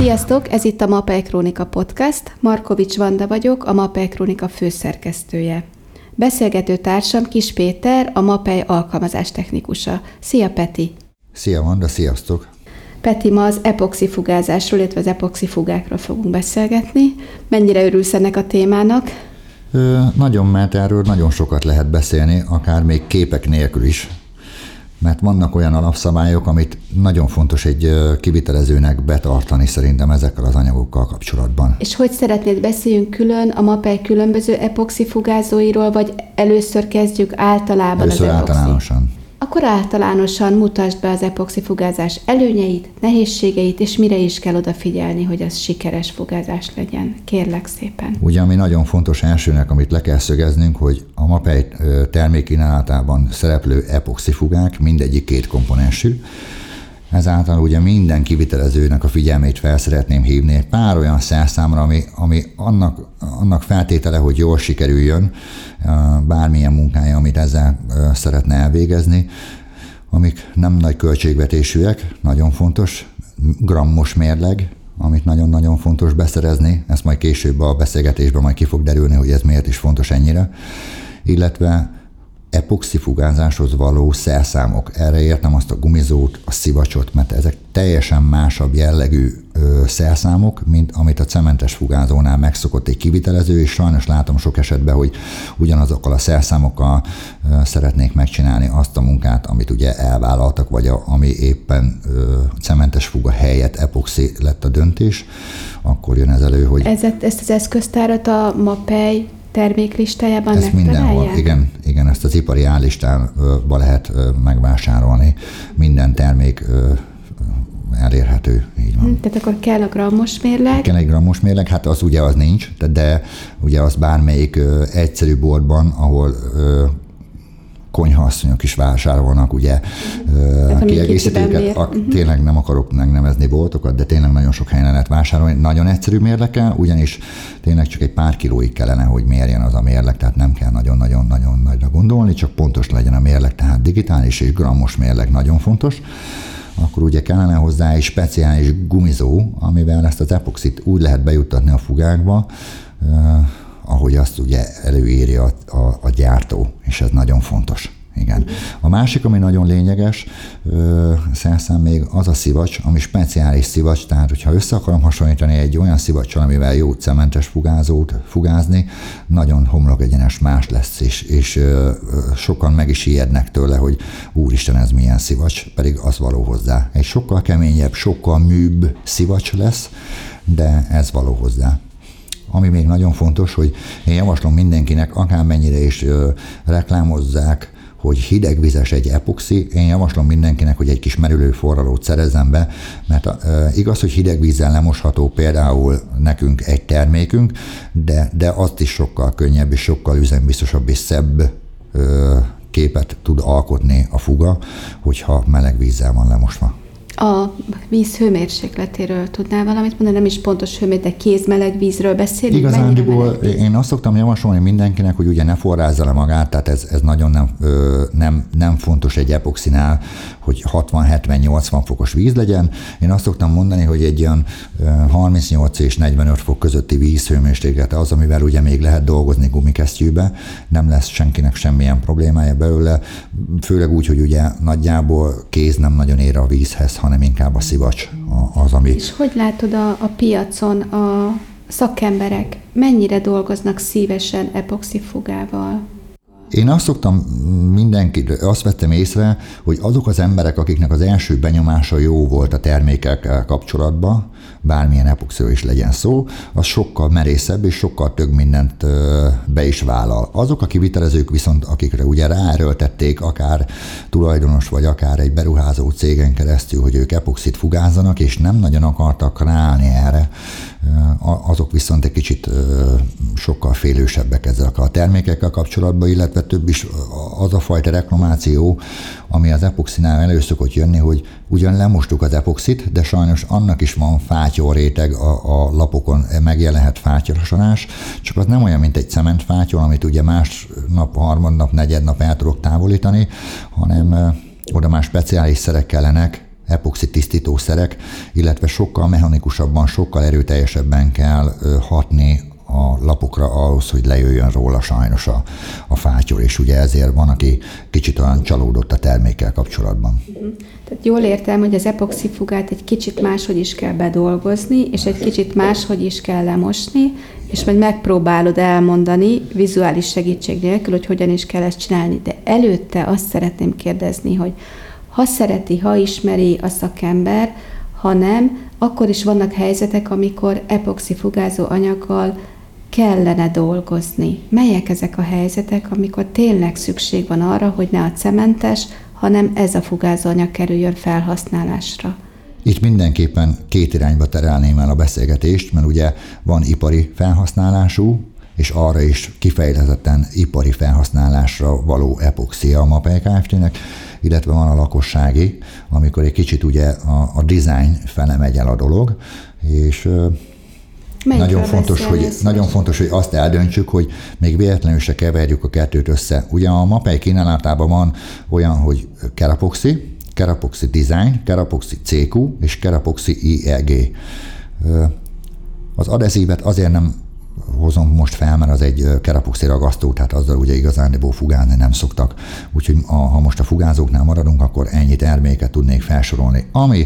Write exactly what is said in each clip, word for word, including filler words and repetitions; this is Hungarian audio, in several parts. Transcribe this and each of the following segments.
Sziasztok, ez itt a Mapei Krónika Podcast. Markovics Vanda vagyok, a Mapei Krónika főszerkesztője. Beszélgető társam Kis Péter, a Mapei alkalmazás technikusa. Szia, Peti! Szia, Vanda, sziasztok! Peti, ma az epoxifugázásról, illetve az epoxifugákról fogunk beszélgetni. Mennyire örülsz ennek a témának? Ö, nagyon, mert erről nagyon sokat lehet beszélni, akár még képek nélkül is. Mert vannak olyan alapszabályok, amit nagyon fontos egy kivitelezőnek betartani szerintem ezekkel az anyagokkal kapcsolatban. És hogy szeretnéd, beszéljünk külön a Mapei különböző epoxifugázóiról, vagy először kezdjük általában először az epoxi? általánosan. Akkor általánosan mutasd be az epoxifugázás előnyeit, nehézségeit, és mire is kell odafigyelni, hogy az sikeres fugázás legyen. Kérlek szépen. Ugye, ami nagyon fontos elsőnek, amit le kell szögeznünk, hogy a Mapei termékkínálatában szereplő epoxifugák mindegyik két komponensű. Ezáltal ugye minden kivitelezőnek a figyelmét fel szeretném hívni egy pár olyan szerszámra, ami, ami annak, annak feltétele, hogy jól sikerüljön bármilyen munkája, amit ezzel szeretne elvégezni, amik nem nagy költségvetésűek, nagyon fontos, grammos mérleg, amit nagyon-nagyon fontos beszerezni, ezt majd később a beszélgetésben majd ki fog derülni, hogy ez miért is fontos ennyire, illetve epoxifugázáshoz való szerszámok. Erre értem azt a gumizót, a szivacsot, mert ezek teljesen másabb jellegű ö, szerszámok, mint amit a cementes fugázónál megszokott egy kivitelező, és sajnos látom sok esetben, hogy ugyanazokkal a szerszámokkal ö, szeretnék megcsinálni azt a munkát, amit ugye elvállaltak, vagy a, ami éppen ö, cementes fuga helyett epoxi lett a döntés, akkor jön ez elő, hogy... Ez, ezt az eszköztárat a Mapei terméklistájában ezt mindenhol, igen, igen, ezt az ipari állistában lehet megvásárolni. Minden termék elérhető, így van. Tehát akkor kell a grammos mérleg? Kell egy grammos mérleg, hát az ugye az nincs, de ugye az bármelyik egyszerű boltban, ahol konyhaasszonyok is vásárolnak, ugye kiegészítőket, a, tényleg nem akarok megnevezni boltokat, de tényleg nagyon sok helyen lehet vásárolni. Nagyon egyszerű mérlekkel, ugyanis tényleg csak egy pár kilóig kellene, hogy mérjen az a mérleg, tehát nem kell nagyon-nagyon-nagyon nagyra gondolni, csak pontos legyen a mérleg, tehát digitális és grammos mérleg nagyon fontos. Akkor ugye kellene hozzá egy speciális gumizó, amivel ezt az epoxit úgy lehet bejuttatni a fugákba, ahogy azt ugye előírja a, a, a gyártó, és ez nagyon fontos. Igen. A másik, ami nagyon lényeges, szerszám még az a szivacs, ami speciális szivacs, tehát hogyha össze akarom hasonlítani egy olyan szivacsal, amivel jó cementes fugázót fugázni, nagyon homlokegyenes más lesz, és, és sokan meg is ijednek tőle, hogy úristen, ez milyen szivacs, pedig az való hozzá. Egy sokkal keményebb, sokkal műbb szivacs lesz, de ez való hozzá. Ami még nagyon fontos, hogy én javaslom mindenkinek, akármennyire is ö, reklámozzák, hogy hidegvizes egy epoxi, én javaslom mindenkinek, hogy egy kis merülő forralót szerezzen be, mert ö, igaz, hogy hideg vízzel lemosható például nekünk egy termékünk, de, de azt is sokkal könnyebb és sokkal üzembiztosabb és szebb ö, képet tud alkotni a fuga, hogyha meleg vízzel van lemosva. A víz hőmérsékletéről tudnál valamit mondani? Nem is pontos hőmérséklet, de kézmeleg vízről beszélünk? Igazándiból én azt szoktam javasolni mindenkinek, hogy ugye ne forrázza le magát, tehát ez, ez nagyon nem, nem, nem fontos egy epoxinál, hogy hatvan hetven nyolcvan fokos víz legyen. Én azt szoktam mondani, hogy egy olyan harmincnyolc és negyvenöt fok közötti vízhőmérséklet az, amivel ugye még lehet dolgozni gumikesztyűbe, nem lesz senkinek semmilyen problémája belőle, főleg úgy, hogy ugye nagyjából kéz nem nagyon ér a vízhez, hanem inkább a szivacs az, ami... És hogy látod a, a piacon a szakemberek mennyire dolgoznak szívesen epoxifugával? Én azt szoktam mindenki, azt vettem észre, hogy azok az emberek, akiknek az első benyomása jó volt a termékekkel kapcsolatban, bármilyen epoxiról is legyen szó, az sokkal merészebb és sokkal több mindent be is vállal. Azok a kivitelezők viszont, akikre ugye ráerőltették akár tulajdonos vagy akár egy beruházó cégen keresztül, hogy ők epoxit fugázzanak, és nem nagyon akartak ráállni erre, azok viszont egy kicsit sokkal félősebbek ezzel a termékekkel kapcsolatban, illetve több is az a fajta reklamáció, ami az epoxinál elő szokott jönni, hogy ugyan lemostuk az epoxit, de sajnos annak is van fátyol réteg a, a lapokon, megjelenhet fátyolasanás, csak az nem olyan, mint egy cementfátyol, amit ugye másnap, harmadnap, negyednap el tudok távolítani, hanem oda már speciális szerek kellenek, epoxi tisztítószerek, illetve sokkal mechanikusabban, sokkal erőteljesebben kell hatni a lapokra ahhoz, hogy lejöjjön róla sajnos a, a fátyol, és ugye ezért van, aki kicsit olyan csalódott a termékkel kapcsolatban. Uh-huh. Tehát jól értem, hogy az epoxifugát egy kicsit máshogy is kell bedolgozni, és egy kicsit máshogy is kell lemosni, és majd megpróbálod elmondani vizuális segítség nélkül, hogy hogyan is kell ezt csinálni. De előtte azt szeretném kérdezni, hogy ha szereti, ha ismeri a szakember, ha nem, akkor is vannak helyzetek, amikor epoxifugázó anyaggal kellene dolgozni. Melyek ezek a helyzetek, amikor tényleg szükség van arra, hogy ne a cementes, hanem ez a fugázóanyag kerüljön felhasználásra? Itt mindenképpen két irányba terelném el a beszélgetést, mert ugye van ipari felhasználású, és arra is kifejezetten ipari felhasználásra való epoxia a MAPEI Kft-nek, illetve van a lakossági, amikor egy kicsit ugye a, a design fele megy el a dolog, és nagyon fontos, hogy, nagyon fontos, hogy azt eldöntsük, hogy még véletlenül se keverjük a kettőt össze. Ugye a MAPEI kínálatában van olyan, hogy Kerapoxi, Kerapoxi Design, Kerapoxi cé kú és Kerapoxi i e gé. Az adhezívet azért nem hozom most fel, mert az egy kerapoxi ragasztó, tehát azzal ugye igazándiból fugázni nem szoktak. Úgyhogy a, ha most a fugázóknál maradunk, akkor ennyi terméket tudnék felsorolni. Ami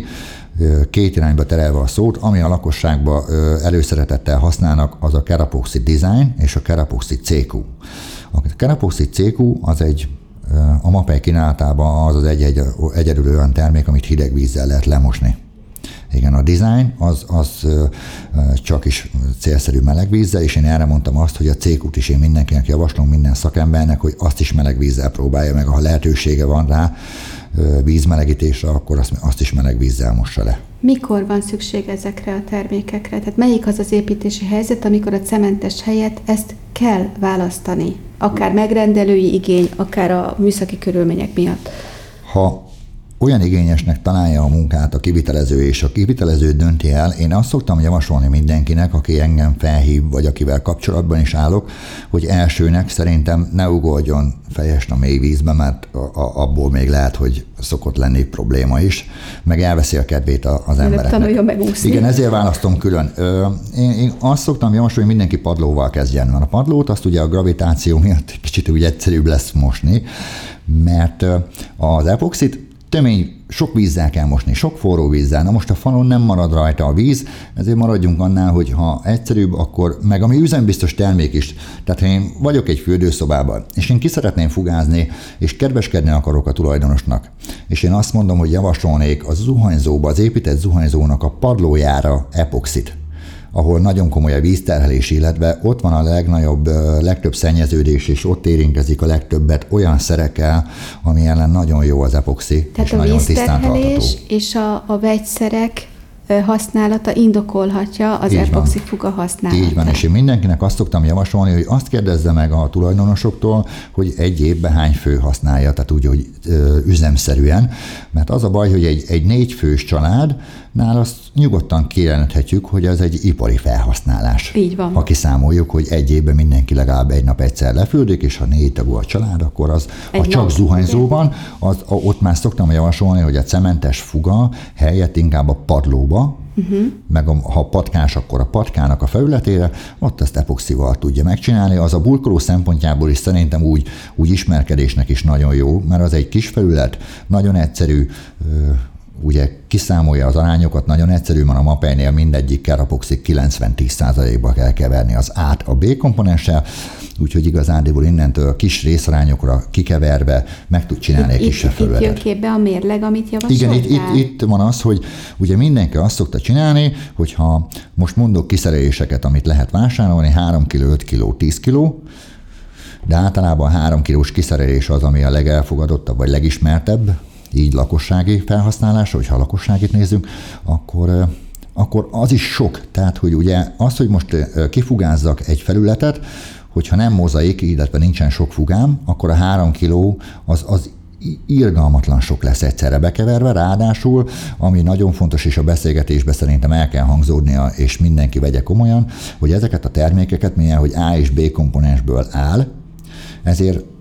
két irányba terelve a szót, ami a lakosságban előszeretettel használnak, az a Kerapoxi Design és a Kerapoxi cé kú. A Kerapoxi cé kú az egy a MAPEI kínálatában az az egy, egy, egyedül olyan termék, amit hideg vízzel lehet lemosni. Igen, a design az, az csak is célszerű meleg vízzel, és én erre mondtam azt, hogy a cé kút is én mindenkinek javaslom, minden szakembernek, hogy azt is meleg vízzel próbálja meg, ha lehetősége van rá vízmelegítésre, akkor azt, azt is meleg vízzel mossa le. Mikor van szükség ezekre a termékekre? Tehát melyik az az építési helyzet, amikor a cementes helyett ezt kell választani? Akár megrendelői igény, akár a műszaki körülmények miatt. Ha olyan igényesnek találja a munkát a kivitelező, és a kivitelező dönti el, én azt szoktam javasolni mindenkinek, aki engem felhív, vagy akivel kapcsolatban is állok, hogy elsőnek szerintem ne ugorjon fejest a mély vízbe, mert a, a, abból még lehet, hogy szokott lenni probléma is, meg elveszi a kedvét az embereknek. Tanuljon meg úszni. Igen, ezért választom külön. Én, én azt szoktam javasolni, hogy mindenki padlóval kezdjen, mert a padlót azt ugye a gravitáció miatt kicsit úgy egyszerűbb lesz mosni, mert az epoxit tömény, sok vízzel kell mosni, sok forró vízzel. Na most a falon nem marad rajta a víz, ezért maradjunk annál, hogy ha egyszerűbb, akkor meg ami üzembiztos termék is. Tehát ha én vagyok egy fürdőszobában, és én ki szeretném fugázni, és kedveskedni akarok a tulajdonosnak, és én azt mondom, hogy javasolnék a zuhanyzóba, az épített zuhanyzónak a padlójára epoxit, ahol nagyon komoly a vízterhelés, illetve ott van a legnagyobb, legtöbb szennyeződés, és ott érintkezik a legtöbbet olyan szerekkel, ami ellen nagyon jó az epoxi, tehát és nagyon tisztán tartható. Tehát a vízterhelés és a, a vegyszerek használata indokolhatja az epoxi fuga használatát. Így van, és én mindenkinek azt szoktam javasolni, hogy azt kérdezze meg a tulajdonosoktól, hogy egy évben hány fő használja, tehát úgy, hogy ö, üzemszerűen, mert az a baj, hogy egy, egy négyfős családnál azt nyugodtan kijelenthetjük, hogy ez egy ipari felhasználás. Így van. Ha kiszámoljuk, hogy egy évben mindenki legalább egy nap egyszer lefürdik, és ha négy tagú a család, akkor az, egy ha csak nap, zuhanyzóban, az, ott már szoktam javasolni, hogy a cementes fuga helyett inkább a padlóba, Uh-huh. meg a, ha patkás, akkor a patkának a felületére, ott ezt epoxival tudja megcsinálni. Az a burkoló szempontjából is szerintem úgy, úgy ismerkedésnek is nagyon jó, mert az egy kis felület, nagyon egyszerű, ugye kiszámolja az arányokat, nagyon egyszerű, mert a MAPEI-nél mindegyik kerapoxi kilencven-tíz százalékba kell keverni az A-t a B komponenssel, úgyhogy igazándiból innentől a kis részarányokra kikeverve meg tud csinálni itt, egy kisebb felületet. Itt jön képbe a mérleg, amit javasoltál? Igen, itt, itt, itt van az, hogy ugye mindenki azt szokta csinálni, hogyha most mondok kiszereléseket, amit lehet vásárolni, három kiló, öt kiló, tíz kiló, de általában a három kilós kiszerelés az, ami a legelfogadottabb, vagy legismertebb, így lakossági felhasználásra, hogyha a lakosságit nézzünk, akkor, akkor az is sok. Tehát, hogy ugye az, hogy most kifugázzak egy felületet, hogyha nem mozaik, illetve nincsen sok fugám, akkor a három kiló az, az irgalmatlan sok lesz egyszerre bekeverve, ráadásul, ami nagyon fontos, és a beszélgetésben szerintem el kell hangzódnia, és mindenki vegye komolyan, hogy ezeket a termékeket, milyen, hogy A és B komponensből áll, ezért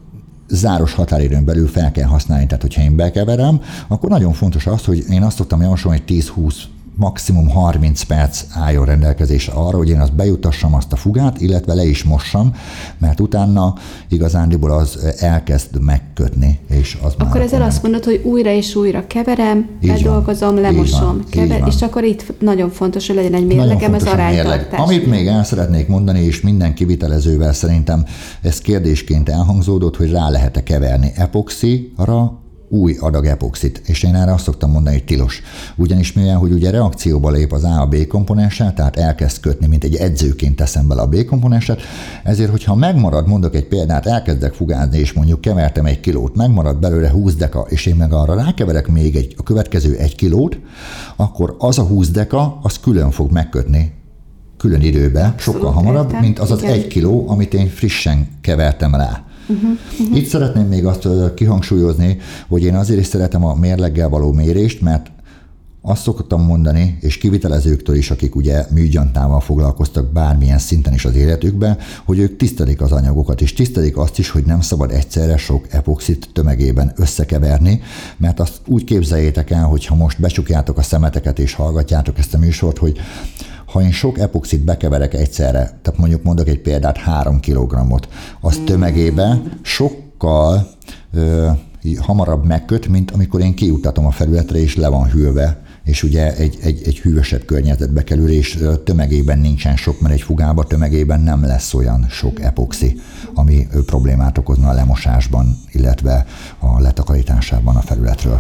záros határidőn belül fel kell használni, tehát hogyha én bekeverem, akkor nagyon fontos az, hogy én azt szoktam javasolni, hogy tíz-húsz maximum harminc perc álljon rendelkezésre arra, hogy én azt bejutassam azt a fugát, illetve le is mossam, mert utána igazándiból az elkezd megkötni, és az akkor ezzel azt mondod, hogy újra és újra keverem, bedolgozom, lemosom, kever, és akkor itt nagyon fontos, hogy legyen egy mérlegem, az aránytartás. Amit még el szeretnék mondani, és minden kivitelezővel szerintem ez kérdésként elhangzódott, hogy rá lehet-e keverni epoxira új adag epoxit, és én erre azt szoktam mondani, hogy tilos. Ugyanis mivel, hogy ugye reakcióba lép az A a B komponenssel, tehát elkezd kötni, mint egy edzőként teszem bele a B komponenset, ezért, hogyha megmarad, mondok egy példát, elkezdek fugázni, és mondjuk kevertem egy kilót, megmarad belőle húsz deka, és én meg arra rákeverek még egy, a következő egy kilót, akkor az a húsz deka, az külön fog megkötni külön időben, abszolút sokkal hamarabb, értem. Mint az az igen. egy kiló, amit én frissen kevertem rá. Uh-huh, uh-huh. Itt szeretném még azt kihangsúlyozni, hogy én azért is szeretem a mérleggel való mérést, mert azt szoktam mondani, és kivitelezőktől is, akik ugye műgyantával foglalkoztak bármilyen szinten is az életükben, hogy ők tisztelik az anyagokat, és tisztelik azt is, hogy nem szabad egyszerre sok epoxit tömegében összekeverni, mert azt úgy képzeljétek el, hogy ha most becsukjátok a szemeteket és hallgatjátok ezt a műsort, hogy ha én sok epoxit bekeverek egyszerre, tehát mondjuk mondok egy példát, három kilogrammot, az tömegében sokkal ö, hamarabb megköt, mint amikor én kijutatom a felületre, és le van hűlve, és ugye egy, egy, egy hűvösebb környezetbe kerül, és tömegében nincsen sok, mert egy fugába tömegében nem lesz olyan sok epoxi, ami problémát okozna a lemosásban, illetve a letakarításában a felületről.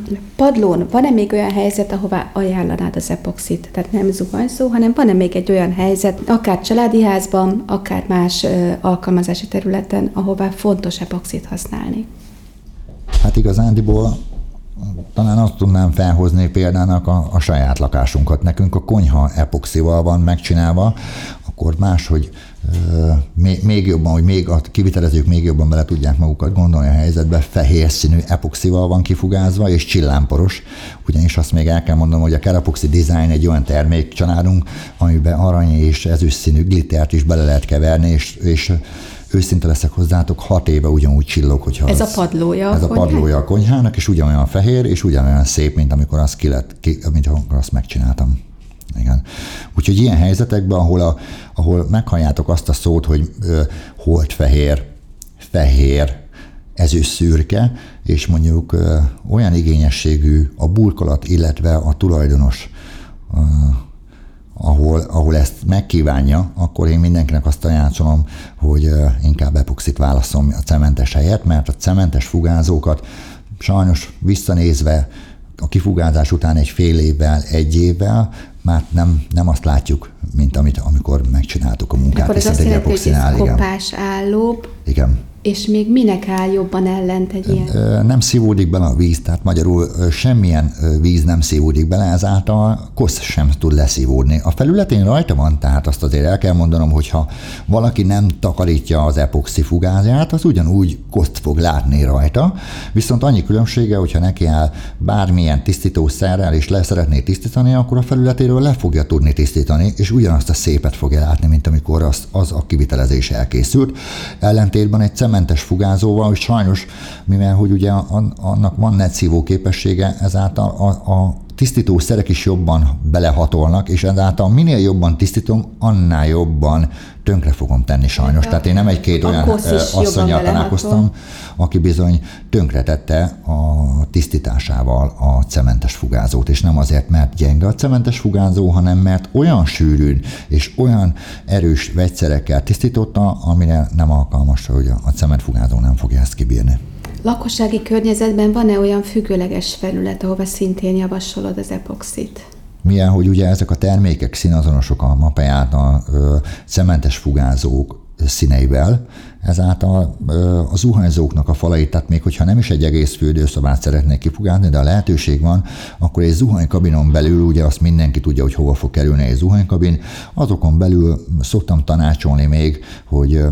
Padlón van-e még olyan helyzet, ahová ajánlanád az epoxit? Tehát nem zuhanyzó, hanem van-e még egy olyan helyzet, akár családi házban, akár más ö, alkalmazási területen, ahová fontos epoxit használni? Hát igazándiból talán azt tudnám felhozni példának a, a saját lakásunkat. Nekünk a konyha epoxival van megcsinálva, akkor máshogy euh, még, még jobban, hogy még a kivitelezők még jobban bele tudják magukat gondolni a helyzetbe, fehér színű epoxival van kifugázva, és csillámporos. Ugyanis azt még el kell mondanom, hogy a Kerapoxi Design egy olyan termékcsaládunk, amiben arany és ezüst színű glittert is bele lehet keverni, és, és őszinte leszek hozzátok, hat éve ugyanúgy csillog, hogyha ez az, a padlója ez a padlója a konyhának, és ugyanolyan fehér, és ugyanolyan szép, mint amikor azt, ki lett, ki, mint amikor azt megcsináltam. Igen. Úgyhogy ilyen helyzetekben, ahol, a, ahol meghalljátok azt a szót, hogy ö, holdfehér, fehér, ezüst szürke, és mondjuk ö, olyan igényességű a burkolat, illetve a tulajdonos, ö, ahol, ahol ezt megkívánja, akkor én mindenkinek azt ajánlom, hogy inkább epoxit válaszom a cementes helyett, mert a cementes fugázókat sajnos visszanézve a kifugázás után egy fél évvel, egy évvel már nem, nem azt látjuk, mint amit, amikor megcsináltuk a munkát. Akkor ez azt jelenti, hogy ez kopás állóbb. Igen. És még minek áll jobban ellent egy ilyen? Nem szívódik bele a víz, tehát magyarul semmilyen víz nem szívódik bele, ezáltal kosz sem tud leszívódni. A felületén rajta van, tehát azt azért el kell mondanom, hogyha valaki nem takarítja az epoxi fugázját, az ugyanúgy koszt fog látni rajta, viszont annyi különbsége, hogyha neki áll bármilyen tisztítószerrel és le szeretné tisztítani, akkor a felületéről le fogja tudni tisztítani, és ugyanazt a szépet fogja látni, mint amikor az, az a kivitelezés elkészült. Ellentétben egy cementes fugázóval, hogy sajnos, mivel hogy ugye annak van netszívó képessége, ezáltal a, a tisztítószerek is jobban belehatolnak, és ezáltal minél jobban tisztítom, annál jobban tönkre fogom tenni sajnos. Tehát én nem egy-két olyan asszonnyal találkoztam, aki bizony tönkretette a tisztításával a cementes fugázót, és nem azért, mert gyenge a cementes fugázó, hanem mert olyan sűrűn és olyan erős vegyszerekkel tisztította, amire nem alkalmas, hogy a cementfugázó nem fogja ezt kibírni. Lakossági környezetben van-e olyan függőleges felület, ahova szintén javasolod az epoxit? Milyen, hogy ugye ezek a termékek színazonosok a MAPEI által ö, cementes fugázók színeivel, ezáltal ö, a zuhanyzóknak a falait, tehát még hogyha nem is egy egész fürdőszobát szeretnék kifugázni, de a lehetőség van, akkor egy zuhanykabinon belül, ugye azt mindenki tudja, hogy hova fog kerülni egy zuhanykabin, azokon belül szoktam tanácsolni még, hogy ö,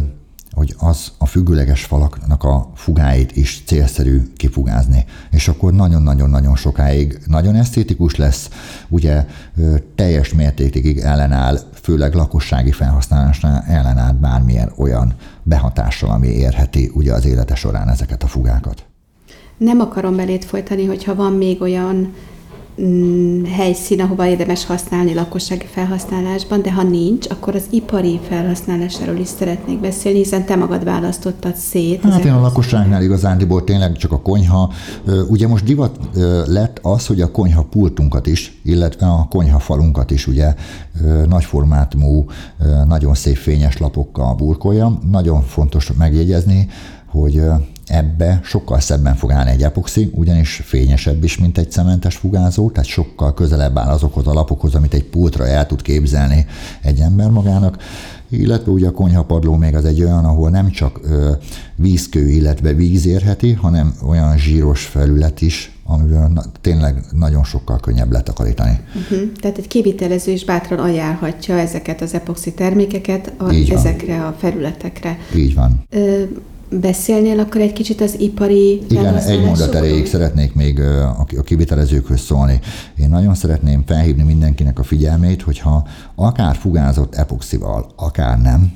hogy az a függőleges falaknak a fugáit is célszerű kifugázni. És akkor nagyon-nagyon-nagyon sokáig nagyon esztétikus lesz, ugye teljes mértékig ellenáll, főleg lakossági felhasználásnál ellenáll bármilyen olyan behatással, ami érheti ugye az élete során ezeket a fugákat. Nem akarom belét folytani, hogyha van még olyan mm, helyszín, ahova érdemes használni lakossági felhasználásban, de ha nincs, akkor az ipari felhasználásáról is szeretnék beszélni, hiszen te magad választottad szét. Hát én a lakosságnál igazándiból tényleg csak a konyha. Ugye most divat lett az, hogy a konyha pultunkat is, illetve a konyha falunkat is ugye nagyformátumú, nagyon szép fényes lapokkal burkolja. Nagyon fontos megjegyezni, hogy ebbe sokkal szebben fog állni egy epoxi, ugyanis fényesebb is, mint egy cementes fugázó, tehát sokkal közelebb áll azokhoz a lapokhoz, amit egy pultra el tud képzelni egy ember magának, illetve ugye a konyhapadló még az egy olyan, ahol nem csak ö, vízkő, illetve víz érheti, hanem olyan zsíros felület is, amivel na, tényleg nagyon sokkal könnyebb letakarítani. Uh-huh. Tehát egy kivitelező is bátran ajánlhatja ezeket az epoxi termékeket a, ezekre a felületekre. Így van. Ö, Beszélnél akkor egy kicsit az ipari Igen, egy mondat erejéig szeretnék még a kivitelezőkhöz szólni. Én nagyon szeretném felhívni mindenkinek a figyelmét, hogyha akár fugázott epoxival, akár nem,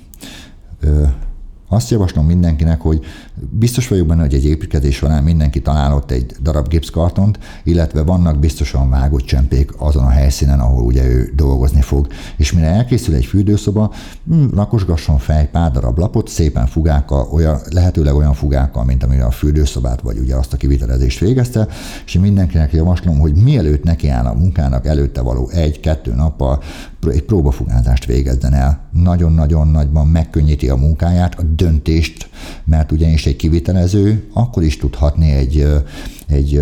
azt javaslom mindenkinek, hogy biztos vagyok benne, hogy egy építkezés során mindenki találott egy darab gipszkartont, illetve vannak biztosan vágott csempék azon a helyszínen, ahol ugye ő dolgozni fog. És mire elkészül egy fürdőszoba, rakosgasson fel egy pár darab lapot, szépen fugákkal, olyan, lehetőleg olyan fugákkal, mint amire a fürdőszobát, vagy ugye azt a kivitelezést végezte, és én mindenkinek javaslom, hogy mielőtt nekiáll a munkának, előtte való egy-kettő nappal egy próbafugázást végezzen el. Nagyon-nagyon nagyban megkönnyíti a munkáját, a döntést, mert ugyanis egy kivitelező akkor is tudhatni egy, egy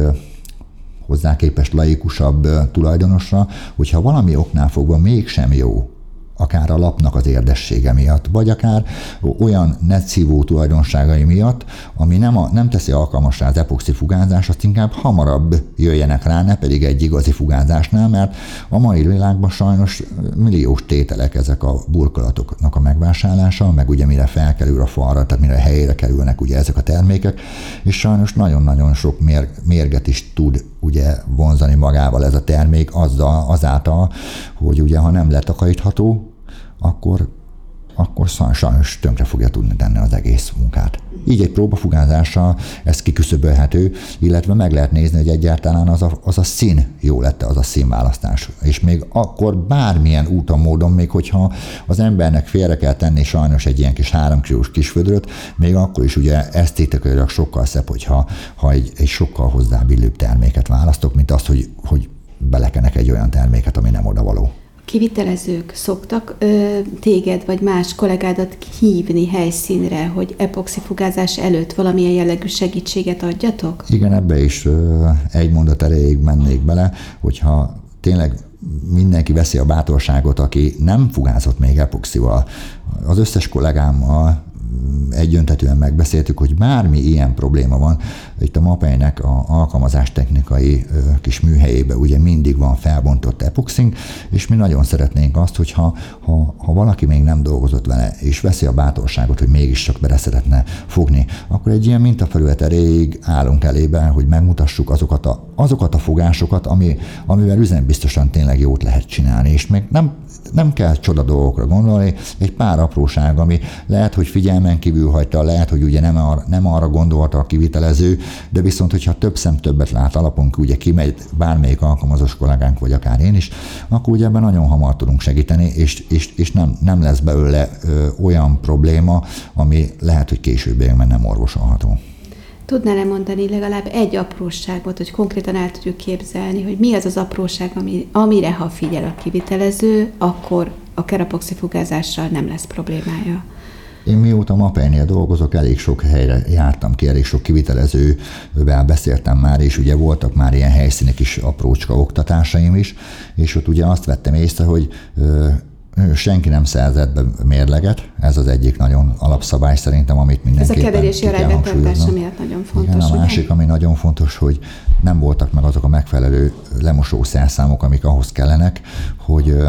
hozzá képest laikusabb tulajdonosra, hogyha valami oknál fogva mégsem jó, akár a lapnak az érdessége miatt, vagy akár olyan netszívó tulajdonságai miatt, ami nem, a, nem teszi alkalmassá az epoxi fugázás, azt inkább hamarabb jöjjenek rá, ne pedig egy igazi fugázásnál, mert a mai világban sajnos milliós tételek ezek a burkolatoknak a megvásárlása, meg ugye mire felkerül a falra, tehát mire helyére kerülnek ugye ezek a termékek, és sajnos nagyon-nagyon sok mér, mérget is tud ugye vonzani magával ez a termék azzal, azáltal, hogy ugye ha nem letakarítható, akkor, akkor sajnos tönkre fogja tudni tenni az egész munkát. Így egy próbafugázással ez kiküszöbölhető, illetve meg lehet nézni, hogy egyáltalán az a, az a szín jó lett, az a színválasztás. És még akkor bármilyen úton, módon, még hogyha az embernek félre kell tenni sajnos egy ilyen kis három kilós kisvödröt, még akkor is ugye esztétikailag sokkal szebb, hogyha ha egy, egy sokkal hozzábillőbb terméket választok, mint azt, hogy, hogy belekenek egy olyan terméket, ami nem odavaló. Kivitelezők szoktak ö, téged vagy más kollégádat hívni helyszínre, hogy epoxifugázás előtt valamilyen jellegű segítséget adjatok? Igen, ebbe is ö, egy mondat erejéig mennék bele, hogyha tényleg mindenki veszi a bátorságot, aki nem fugázott még epoxival. Az összes kollégámmal egyöntetően megbeszéltük, hogy bármi ilyen probléma van, itt a MAPEI-nek a alkalmazástechnikai kis műhelyében ugye mindig van felbontott epoxink, és mi nagyon szeretnénk azt, hogy ha, ha, ha valaki még nem dolgozott vele, és veszi a bátorságot, hogy mégis csak bele szeretne fogni, akkor egy ilyen mintafelület erejéig állunk elébe, hogy megmutassuk azokat a, azokat a fogásokat, ami, amivel üzembiztosan tényleg jót lehet csinálni, és még nem Nem kell csoda dolgokra gondolni, egy pár apróság, ami lehet, hogy figyelmen kívül hagyta, lehet, hogy ugye nem arra, nem arra gondolta a kivitelező, de viszont, hogyha több szem többet lát alapon, ugye kimegy bármelyik alkalmazós kollégánk, vagy akár én is, akkor ugye ebben nagyon hamar tudunk segíteni, és, és, és nem, nem lesz belőle ö, olyan probléma, ami lehet, hogy későbbiekben nem orvosolható. Tudnál-e mondani legalább egy apróságot, hogy konkrétan el tudjuk képzelni, hogy mi az az apróság, ami, amire ha figyel a kivitelező, akkor a kerapoxifugázással nem lesz problémája? Én mióta MAPEI-nél dolgozok, elég sok helyre jártam ki, elég sok kivitelezővel beszéltem már, és ugye voltak már ilyen helyszínek is, aprócska oktatásaim is, és ott ugye azt vettem észre, hogy ö, senki nem szerzett be mérleget, ez az egyik nagyon alapszabály szerintem, amit mindenképpen ez a keverési arány betartása miatt nagyon fontos. Igen, a másik, ami nagyon fontos, hogy nem voltak meg azok a megfelelő lemosó szerszámok, amik ahhoz kellenek, hogy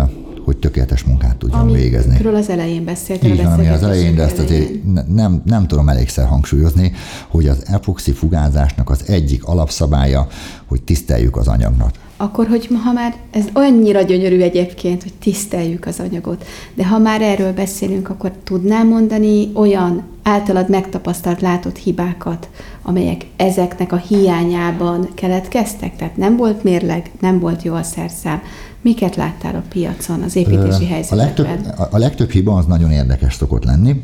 hogy tökéletes munkát tudjon ami végezni. Amiről az elején beszéltél. Így van, ami az elején, de ezt azért nem, nem tudom elégszer hangsúlyozni, hogy az epoxi fugázásnak az egyik alapszabálya, hogy tiszteljük az anyagot. Akkor, hogy ha már, ez annyira gyönyörű egyébként, hogy tiszteljük az anyagot, de ha már erről beszélünk, akkor tudnál mondani olyan általad megtapasztalt, látott hibákat, amelyek ezeknek a hiányában keletkeztek? Tehát nem volt mérleg, nem volt jó a szerszám. Miket láttál a piacon, az építési helyzetekben? A legtöbb, a legtöbb hiba az nagyon érdekes szokott lenni.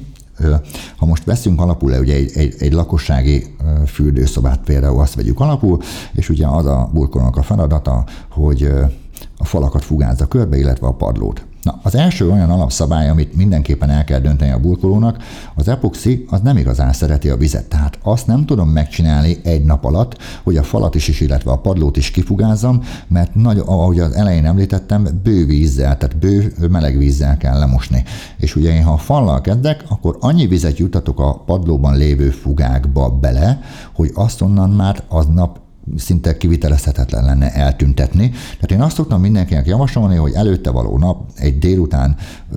Ha most veszünk alapul ugye egy, egy, egy lakossági fürdőszobát, például azt vegyük alapul, és ugye az a burkolónak a feladata, hogy a falakat fugázza körbe, illetve a padlót. Na, az első olyan alapszabály, amit mindenképpen el kell dönteni a burkolónak, az epoxi az nem igazán szereti a vizet. Tehát azt nem tudom megcsinálni egy nap alatt, hogy a falat is, is illetve a padlót is kifugázzam, mert nagy, ahogy az elején említettem, bő vízzel, tehát bő meleg vízzel kell lemosni. És ugye én, ha a fallal kezdek, akkor annyi vizet juttatok a padlóban lévő fugákba bele, hogy azt onnan már aznap szinte kivitelezhetetlen lenne eltüntetni. Tehát én azt szoktam mindenkinek javasolni, hogy előtte való nap, egy délután,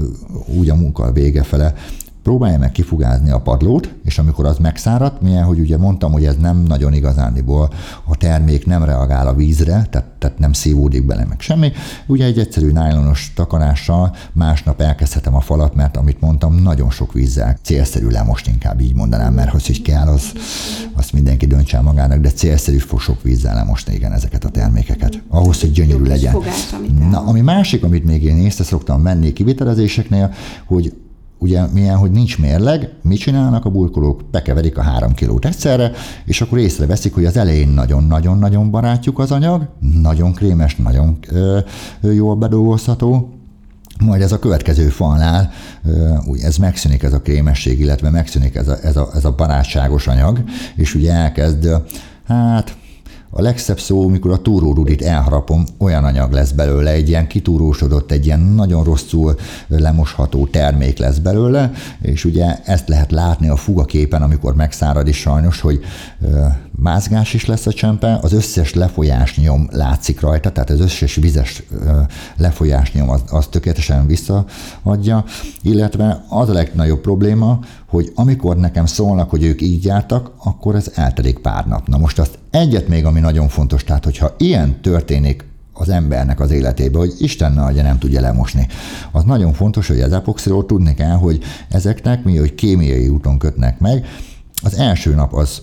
úgy a munka vége fele, próbálja meg kifugázni a padlót, és amikor az megszáradt, milyen, hogy ugye mondtam, hogy ez nem nagyon igazándiból a termék nem reagál a vízre, tehát, tehát nem szívódik bele meg semmi. Ugye egy egyszerű nájlonos takarással másnap elkezdhetem a falat, mert amit mondtam, nagyon sok vízzel célszerű lemosni, inkább így mondanám, mert hogy kell, az, azt mindenki döntse el magának, de célszerű sok vízzel lemosni, igen, ezeket a termékeket. Ahhoz, hogy gyönyörű legyen. Fogás, Na, ami másik, amit még én észre szoktam venni kivitelezéseknél, hogy ugye milyen, hogy nincs mérleg, mit csinálnak a burkolók? Bekeverik a három kilót egyszerre, és akkor észreveszik, hogy az elején nagyon-nagyon-nagyon barátjuk az anyag, nagyon krémes, nagyon ö, jól bedolgozható, majd ez a következő falnál, ugye ez megszűnik ez a krémesség, illetve megszűnik ez a, ez a, ez a barátságos anyag, és ugye elkezd, hát a legszebb szó, mikor a túrórudit elharapom, olyan anyag lesz belőle, egy ilyen kitúrósodott, egy ilyen nagyon rosszul lemosható termék lesz belőle, és ugye ezt lehet látni a fugaképen, amikor megszárad is sajnos, hogy mázgás is lesz a csempe, az összes lefolyásnyom látszik rajta, tehát az összes vizes lefolyásnyom az, az tökéletesen visszaadja, illetve az a legnagyobb probléma, hogy amikor nekem szólnak, hogy ők így jártak, akkor ez eltelik pár nap. Na most azt egyet még, ami nagyon fontos, tehát hogyha ilyen történik az embernek az életében, hogy Isten ne adja, nem tudja lemosni. Az nagyon fontos, hogy az epoxiról tudni kell, hogy ezeknek mi, hogy kémiai úton kötnek meg. Az első nap az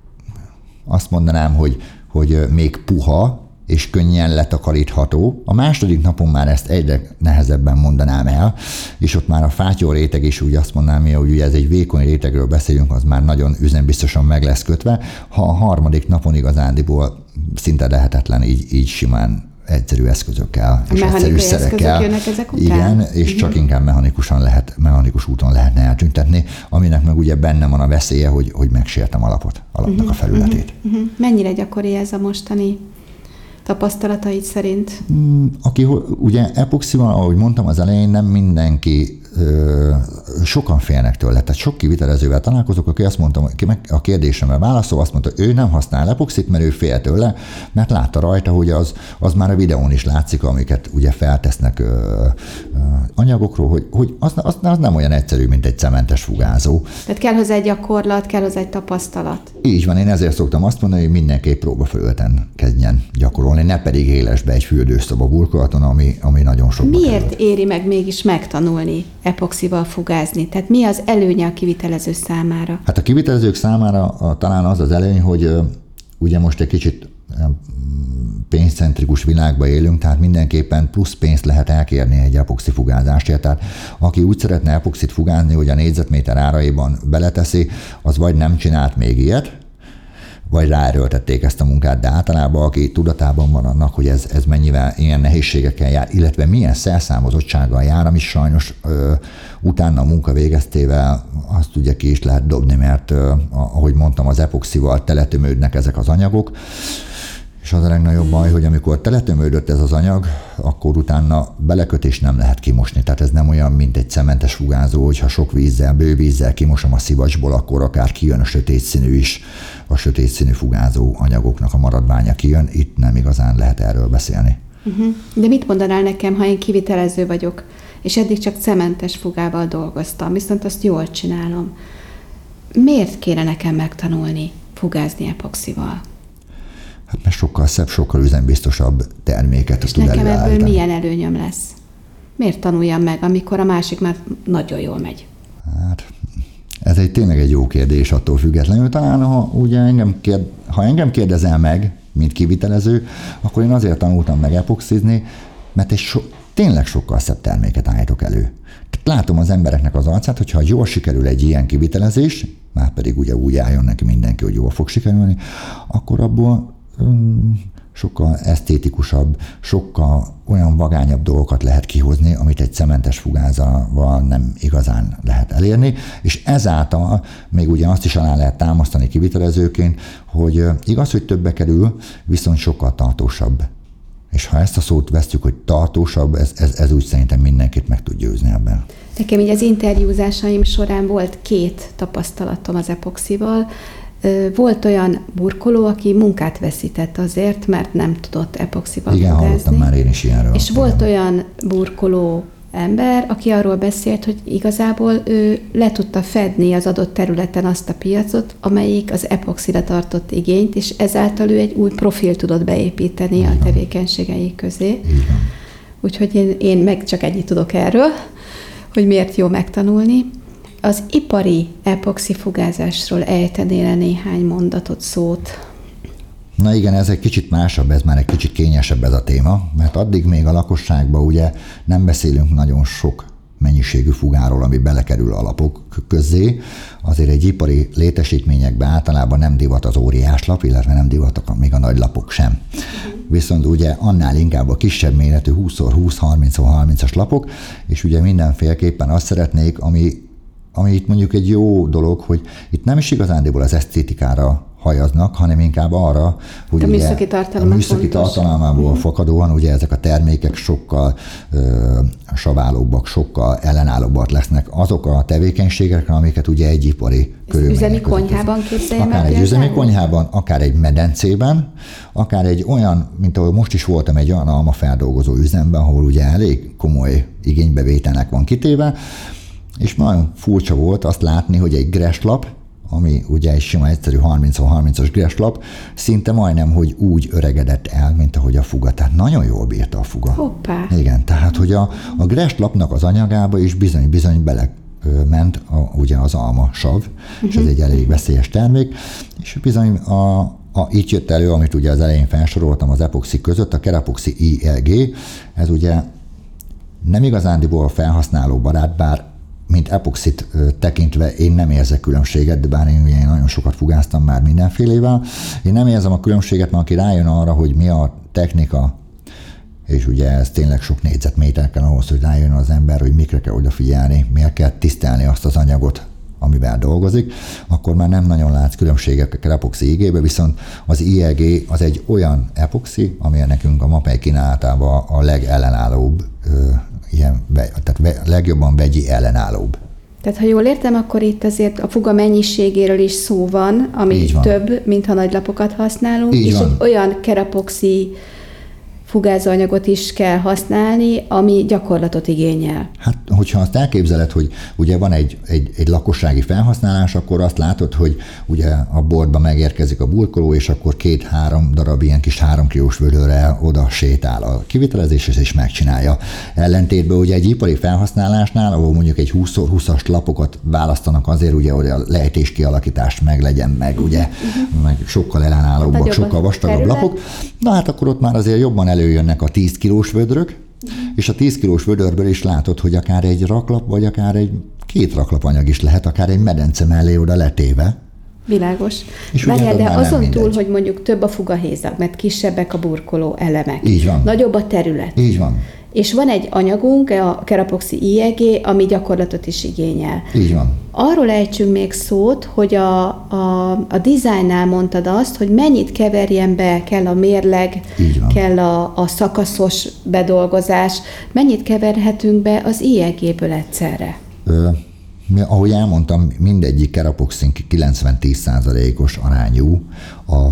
azt mondanám, hogy, hogy még puha, és könnyen letakarítható. A második napon már ezt egyre nehezebben mondanám el, és ott már a fátyol réteg is úgy azt mondanám, hogy ugye ez egy vékony rétegről beszélünk, az már nagyon üzembiztosan meg lesz kötve. Ha a harmadik napon igazándiból szinte lehetetlen így, így simán egyszerű eszközökkel és egyszerű szerekkel. Ezek után? Igen, és uh-huh. csak inkább mechanikusan lehet, mechanikus úton lehetne eltüntetni, aminek meg ugye benne van a veszélye, hogy, hogy megsértem alapot, alapnak uh-huh. a felületét. Uh-huh. Mennyire gyakori ez a mostani tapasztalataid szerint? Aki ugye epoxival, ahogy mondtam az elején, nem mindenki, ö, sokan félnek tőle. Tehát sok kivitelezővel találkozok, aki azt mondtam, a kérdésemre válaszol, azt mondta, ő nem használ epoxit, mert ő fél tőle, mert látta rajta, hogy az, az már a videón is látszik, amiket ugye feltesznek ö, ö, anyagokról, hogy, hogy az, az, az nem olyan egyszerű, mint egy cementes fugázó. Tehát kell hozzá egy gyakorlat, kell hozzá egy tapasztalat. Így van, én ezért szoktam azt mondani, hogy mindenképp próbafelületen kezdjen gyakorolni, ne pedig élesbe egy fürdőszoba burkolaton, ami, ami nagyon sok. Miért kerül. Éri meg mégis megtanulni epoxival fugázni? Tehát mi az előnye a kivitelező számára? Hát a kivitelezők számára a, talán az az előny, hogy uh, ugye most egy kicsit pénzcentrikus világban élünk, tehát mindenképpen plusz pénzt lehet elkérni egy epoxi fugázásért. Tehát aki úgy szeretne epoxit fugázni, hogy a négyzetméter áraiban beleteszi, az vagy nem csinált még ilyet, vagy ráerőltették ezt a munkát, de általában aki tudatában van annak, hogy ez, ez mennyivel ilyen nehézségekkel jár, illetve milyen szerszámozottsággal jár, ami sajnos ö, utána a munka végeztével azt ugye ki is lehet dobni, mert ö, ahogy mondtam, az epoxival teletömődnek ezek az anyagok, és az a legnagyobb baj, hogy amikor teletömődött ez az anyag, akkor utána belekötés nem lehet kimosni. Tehát ez nem olyan, mint egy cementes fugázó, hogyha sok vízzel, bő vízzel kimosom a szivacsból, akkor akár kijön a sötét színű is, a sötét színű fugázó anyagoknak a maradványa kijön. Itt nem igazán lehet erről beszélni. Uh-huh. De mit mondanál nekem, ha én kivitelező vagyok, és eddig csak cementes fugával dolgoztam, viszont azt jól csinálom. Miért kéne nekem megtanulni fugázni epoxival? Hát mert sokkal szebb, sokkal üzembiztosabb terméket és tud nekem előállítani. ebből milyen előnyöm lesz? Miért tanuljam meg, amikor a másik már nagyon jól megy? Hát, ez egy tényleg egy jó kérdés attól függetlenül. Talán, ha, ugye engem, kérd, ha engem kérdezel meg, mint kivitelező, akkor én azért tanultam meg epoxizni, mert egy so, tényleg sokkal szebb terméket állítok elő. Látom az embereknek az arcát, hogyha jól sikerül egy ilyen kivitelezés, már pedig ugye úgy álljon neki mindenki, hogy jól fog sikerülni, akkor abból um, sokkal esztétikusabb, sokkal olyan vagányabb dolgokat lehet kihozni, amit egy cementes fugázával nem igazán lehet elérni, és ezáltal még ugye azt is alá lehet támasztani kivitelezőként, hogy igaz, hogy többe kerül, viszont sokkal tartósabb. És ha ezt a szót vesztjük, hogy tartósabb, ez, ez, ez úgy szerintem mindenkit meg tud győzni ebben. Nekem így az interjúzásaim során volt két tapasztalatom az epoxival. Volt olyan burkoló, aki munkát veszített azért, mert nem tudott epoxival Igen, fugázni. hallottam már én is ilyenről. És igen. Volt olyan burkoló ember, aki arról beszélt, hogy igazából ő le tudta fedni az adott területen azt a piacot, amelyik az epoxira tartott igényt, és ezáltal ő egy új profil tudott beépíteni igen. a tevékenységei közé. Igen. Úgyhogy én, én meg csak ennyit tudok erről, hogy miért jó megtanulni. Az ipari epoxifugázásról ejtenél-e néhány mondatot, szót? Na igen, ez egy kicsit másabb, ez már egy kicsit kényesebb ez a téma, mert addig még a lakosságban ugye nem beszélünk nagyon sok mennyiségű fugáról, ami belekerül a lapok közé. Azért egy ipari létesítményekben általában nem divat az óriáslap, illetve nem divatok még a nagy lapok sem. Viszont ugye annál inkább a kisebb méretű húsz szor húsz, harminc szor harmincas lapok, és ugye mindenféleképpen azt szeretnék, ami, ami itt mondjuk egy jó dolog, hogy itt nem is igazándiból az esztétikára hajaznak, hanem inkább arra, hogy a ugye műszaki, a műszaki tartalmából mm. fakadóan ugye ezek a termékek sokkal ö, saválóbbak, sokkal ellenállóbbak lesznek azok a tevékenységekre, amiket ugye egy ipari körülmények üzemi konyhában képzeljem akár egy üzemi konyhában, akár egy medencében, akár egy olyan, mint ahol most is voltam egy olyan almafeldolgozó üzemben, ahol ugye elég komoly igénybevételnek van kitéve, és nagyon furcsa volt azt látni, hogy egy greslap, ami ugye egy sima egyszerű harminc szor harmincas greslap, szinte majdnem, hogy úgy öregedett el, mint ahogy a fuga. Tehát nagyon jól bírta a fuga. Hoppá. Igen, tehát hogy a, a greslapnak az anyagába is bizony-bizony bele ment a, ugye az almasav, uh-huh. és ez egy elég veszélyes termék, és bizony a, a, itt jött elő, amit ugye az elején felsoroltam az epoxi között, a Kerapoxi I E G, ez ugye nem igazándiból felhasználó barát, bár mint epoxit tekintve én nem érzek különbséget, de bár én ugye nagyon sokat fugáztam már mindenfélével, én nem érzem a különbséget, mert aki rájön arra, hogy mi a technika, és ugye ez tényleg sok négyzetméter kell ahhoz, hogy rájön az ember, hogy mikre kell odafigyelni, miért kell tisztelni azt az anyagot, amivel dolgozik, akkor már nem nagyon látsz különbségek a Kerapoxi I G-be, viszont az I E G az egy olyan epoxi, amilyen nekünk a MAPEI kínálatában a legellenállóbb, ilyen, tehát legjobban vegyi ellenállóbb. Tehát ha jól értem, akkor itt azért a fuga mennyiségéről is szó van, ami van. Több, mint ha nagy lapokat használunk, Így és van. egy olyan Kerapoxi fugázóanyagot is kell használni, ami gyakorlatot igényel. Hát, hogyha azt elképzeled, hogy ugye van egy, egy, egy lakossági felhasználás, akkor azt látod, hogy ugye a boltba megérkezik a burkoló, és akkor két-három darab ilyen kis három kilós vödörrel oda sétál a kivitelezés, és megcsinálja. Ellentétben ugye egy ipari felhasználásnál, ahol mondjuk egy húsz szor húszas lapokat választanak azért, ugye, hogy a lejtés kialakítás meg legyen, meg ugye, uh-huh. meg sokkal ellenállóbbak, hát sokkal vastagabb terület. Lapok. Na hát akkor ott már azért jobban előjönnek a tíz kilós vödrök, uh-huh. és a tíz kilós vödörből is látod, hogy akár egy raklap, vagy akár egy két raklapanyag is lehet, akár egy medence mellé oda letéve. Világos. Várjál, de azon túl, hogy mondjuk több a fugahézag, mert kisebbek a burkoló elemek. Így van. Nagyobb a terület. Így van. És van egy anyagunk, a Kerapoxi I E G, ami gyakorlatot is igényel. Így van. Arról ejtsünk még szót, hogy a, a, a dizájnnál mondtad azt, hogy mennyit keverjen be, kell a mérleg, kell a, a szakaszos bedolgozás, mennyit keverhetünk be az I E G-ből egyszerre? Ö, mi, ahogy elmondtam, mindegyik Kerapoxink kilencven-tíz százalékos arányú a, az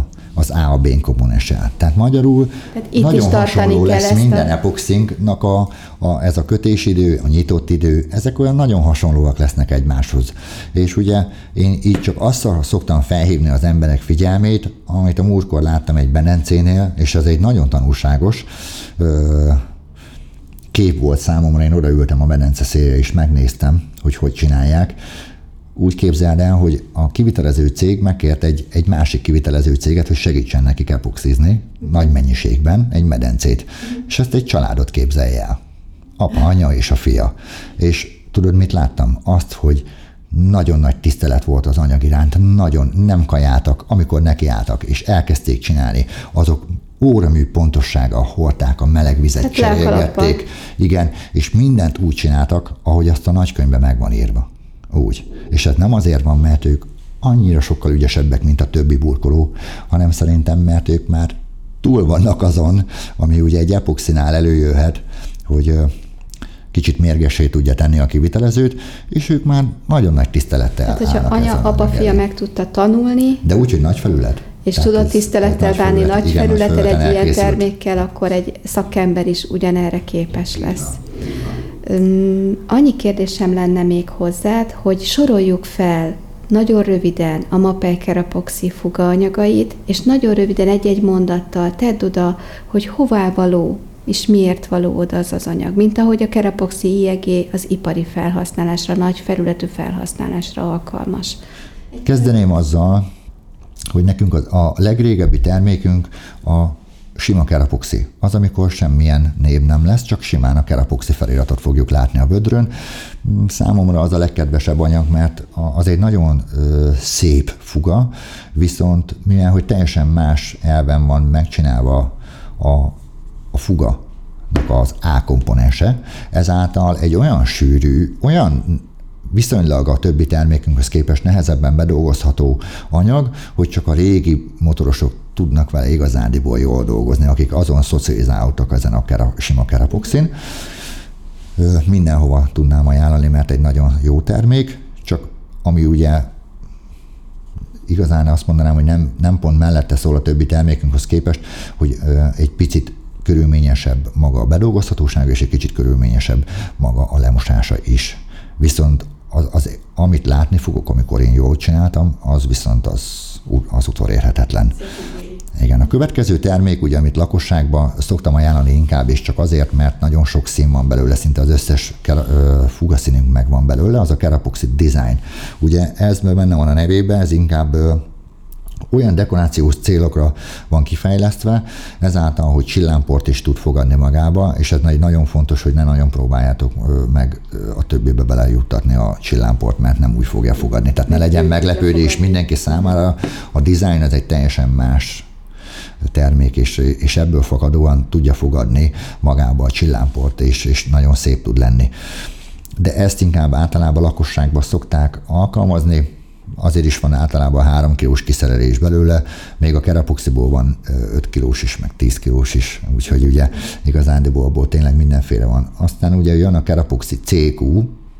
az A a B komponenssel. Tehát magyarul Tehát nagyon hasonló lesz minden a... epoxinknak a, a, ez a kötésidő, a nyitott idő, ezek olyan nagyon hasonlóak lesznek egymáshoz. És ugye én így csak azt szoktam felhívni az emberek figyelmét, amit a múltkor láttam egy Benencénél, és ez egy nagyon tanulságos ö, kép volt számomra, én odaültem a Benence szélre, és megnéztem, hogy hogy csinálják. Úgy képzeld el, hogy a kivitelező cég megkért egy, egy másik kivitelező céget, hogy segítsen nekik epoxizni nagy mennyiségben egy medencét. És ezt egy családot képzelje el. Apa, anya és a fia. És tudod, mit láttam? Azt, hogy nagyon nagy tisztelet volt az anyag iránt, nagyon nem kajáltak, amikor nekiálltak, és elkezdték csinálni. Azok óramű pontossággal hordták, a meleg vizet cserélgették. Igen, és mindent úgy csináltak, ahogy azt a nagykönyvben meg van írva. Úgy. És ez nem azért van, mert ők annyira sokkal ügyesebbek, mint a többi burkoló, hanem szerintem, mert ők már túl vannak azon, ami ugye egy epoxinál előjöhet, hogy kicsit mérgessé tudja tenni a kivitelezőt, és ők már nagyon nagy tisztelettel hát, hogyha anya, apa, fia meg tudta tanulni. De úgy, hogy nagy felület. És tehát tudod tisztelettel bánni nagy, nagy felületet egy ilyen termékkel, akkor egy szakember is ugyanerre képes lesz. Um, annyi kérdésem lenne még hozzád, hogy soroljuk fel nagyon röviden a Mapei Kerapoxi fuga anyagait, és nagyon röviden egy-egy mondattal tedd oda, hogy hová való, és miért való oda az az anyag. Mint ahogy a Kerapoxi I E G az ipari felhasználásra, nagy felületű felhasználásra alkalmas. Kezdeném azzal, hogy nekünk az, a legrégebbi termékünk a sima Kerapoxi. Az, amikor semmilyen név nem lesz, csak simán a Kerapoxi feliratot fogjuk látni a vödrön. Számomra az a legkedvesebb anyag, mert az egy nagyon ö, szép fuga, viszont mivel, hogy teljesen más elven van megcsinálva a, a fuga, az A komponense, ezáltal egy olyan sűrű, olyan viszonylag a többi termékünkhöz képest nehezebben bedolgozható anyag, hogy csak a régi motorosok tudnak vele igazándiból jól dolgozni, akik azon szocializálódtak ezen a kera, sima Kerapoxin. Mindenhova tudnám ajánlani, mert egy nagyon jó termék, csak ami ugye igazán azt mondanám, hogy nem, nem pont mellette szól a többi termékünkhöz képest, hogy egy picit körülményesebb maga a bedolgozhatóság, és egy kicsit körülményesebb maga a lemosása is. Viszont az, az, amit látni fogok, amikor én jól csináltam, az viszont az, az utolérhetetlen. Igen, a következő termék, ugye, amit lakosságban szoktam ajánlani inkább, és csak azért, mert nagyon sok szín van belőle, szinte az összes fugaszínünk meg van belőle, az a Kerapoxi Design. Ugye ez benne van a nevében, ez inkább olyan dekorációs célokra van kifejlesztve, ezáltal, hogy csillámport is tud fogadni magába, és ez nagyon fontos, hogy ne nagyon próbáljátok meg a többibe belejuttatni a csillámport, mert nem úgy fogja fogadni. Tehát ne legyen meglepődés mindenki számára, a design az egy teljesen más termék, és, és ebből fakadóan tudja fogadni magába a csillámport, és, és nagyon szép tud lenni. De ezt inkább általában lakosságban szokták alkalmazni, azért is van általában három kilós kiszerelés belőle, még a Kerapoxiból van öt kilós is, meg tíz kilós is, úgyhogy ugye igazándiból tényleg mindenféle van. Aztán ugye jön a Kerapoxi C Q.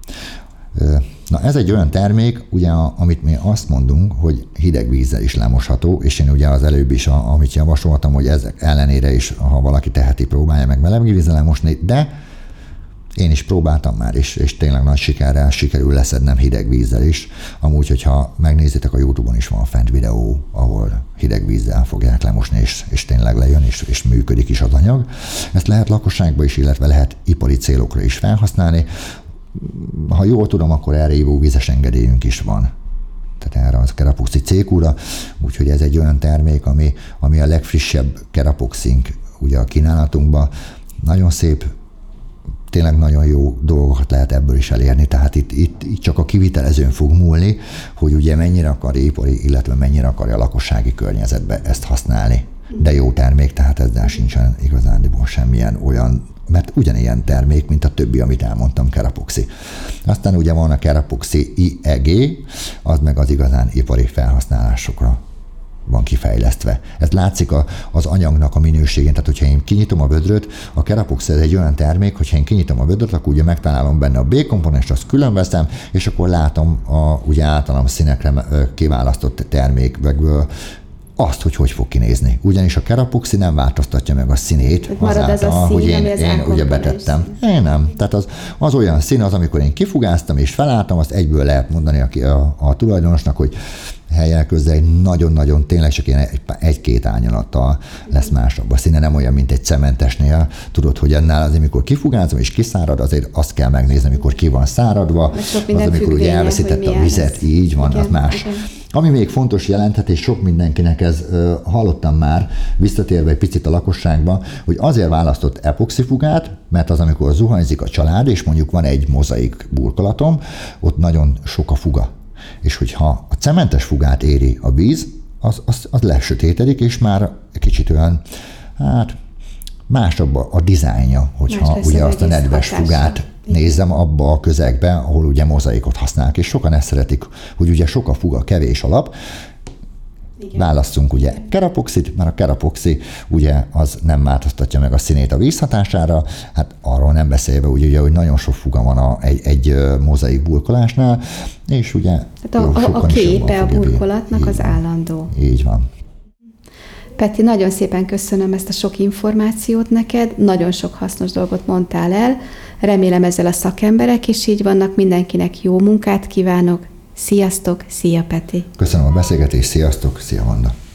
Na ez egy olyan termék, ugye, amit mi azt mondunk, hogy hideg vízzel is lemosható, és én ugye az előbb is, amit javasoltam, hogy ezek ellenére is, ha valaki teheti, próbálja meg meleg vízzel lemosni, de én is próbáltam már, és, és tényleg nagy sikerrel sikerül leszednem hideg vízzel is. Amúgy, hogyha megnézitek, a YouTube-on is van fent videó, ahol hideg vízzel fogják lemosni, és, és tényleg lejön, és, és működik is az anyag. Ezt lehet lakosságba is, illetve lehet ipari célokra is felhasználni. Ha jól tudom, akkor erre ivóvízes engedélyünk is van. Tehát erre az Kerapoxi C Q-ra, úgyhogy ez egy olyan termék, ami, ami a legfrissebb Kerapoxink ugye a kínálatunkban. Nagyon szép, tényleg nagyon jó dolgokat lehet ebből is elérni, tehát itt, itt, itt csak a kivitelezőn fog múlni, hogy ugye mennyire akar ipari, illetve mennyire akarja a lakossági környezetbe ezt használni. De jó termék, tehát ezzel sincsen igazándiból semmilyen olyan, mert ugyanilyen termék, mint a többi, amit elmondtam, Kerapoxi. Aztán ugye van a Kerapoxi I E G, az meg az igazán ipari felhasználásokra van kifejlesztve. Ez látszik a, az anyagnak a minőségén, tehát hogyha én kinyitom a vödröt, a Kerapoxi ez egy olyan termék, hogyha én kinyitom a vödröt, akkor ugye megtalálom benne a B komponens, azt külön veszem, és akkor látom a ugye általam színekre kiválasztott termékből azt, hogy hogy fog kinézni. Ugyanis a kerapoxi nem változtatja meg a színét azáltal, az a szín, hogy én, én ugye betettem. Én nem. Tehát az, az olyan szín, az, amikor én kifugáztam és felálltam, azt egyből lehet mondani a, a, a tulajdonosnak, hogy helyen közben egy nagyon-nagyon tényleg csak ilyen egy-két ányonattal lesz másabb. A színe nem olyan, mint egy cementesnél. Tudod, hogy ennél azért, amikor kifugázom és kiszárad, azért azt kell megnézni, amikor ki van száradva, az, amikor ugye elveszítette a vizet, lesz. Így van, igen, az más. Igen. Ami még fontos jelenthet, és sok mindenkinek ez hallottam már, visszatérve egy picit a lakosságba, hogy azért választott epoxifugát, mert az, amikor zuhanyzik a család, és mondjuk van egy mozaik burkolatom, ott nagyon sok a fuga. És hogyha a cementes fugát éri a víz, az, az, az lesötétedik, és már kicsit olyan, hát másabb a, a dizájnja, hogyha ugye azt a nedves hatása. Fugát nézzem abba a közegbe, ahol ugye mozaikot használnak, és sokan ezt szeretik, hogy ugye sok a fuga, kevés a lap. Igen. Válasszunk ugye kerapoxit, mert a kerapoxi ugye az nem változtatja meg a színét a víz hatására, hát arról nem beszélve ugye, hogy nagyon sok fuga van a, egy, egy mozaik burkolásnál, és ugye hát a, a, a képe a burkolatnak így az van. Állandó. Így van. Peti, nagyon szépen köszönöm ezt a sok információt neked, nagyon sok hasznos dolgot mondtál el, remélem ezzel a szakemberek is így vannak, mindenkinek jó munkát kívánok, sziasztok, szia Peti! Köszönöm a beszélgetést, sziasztok, szia Vanda!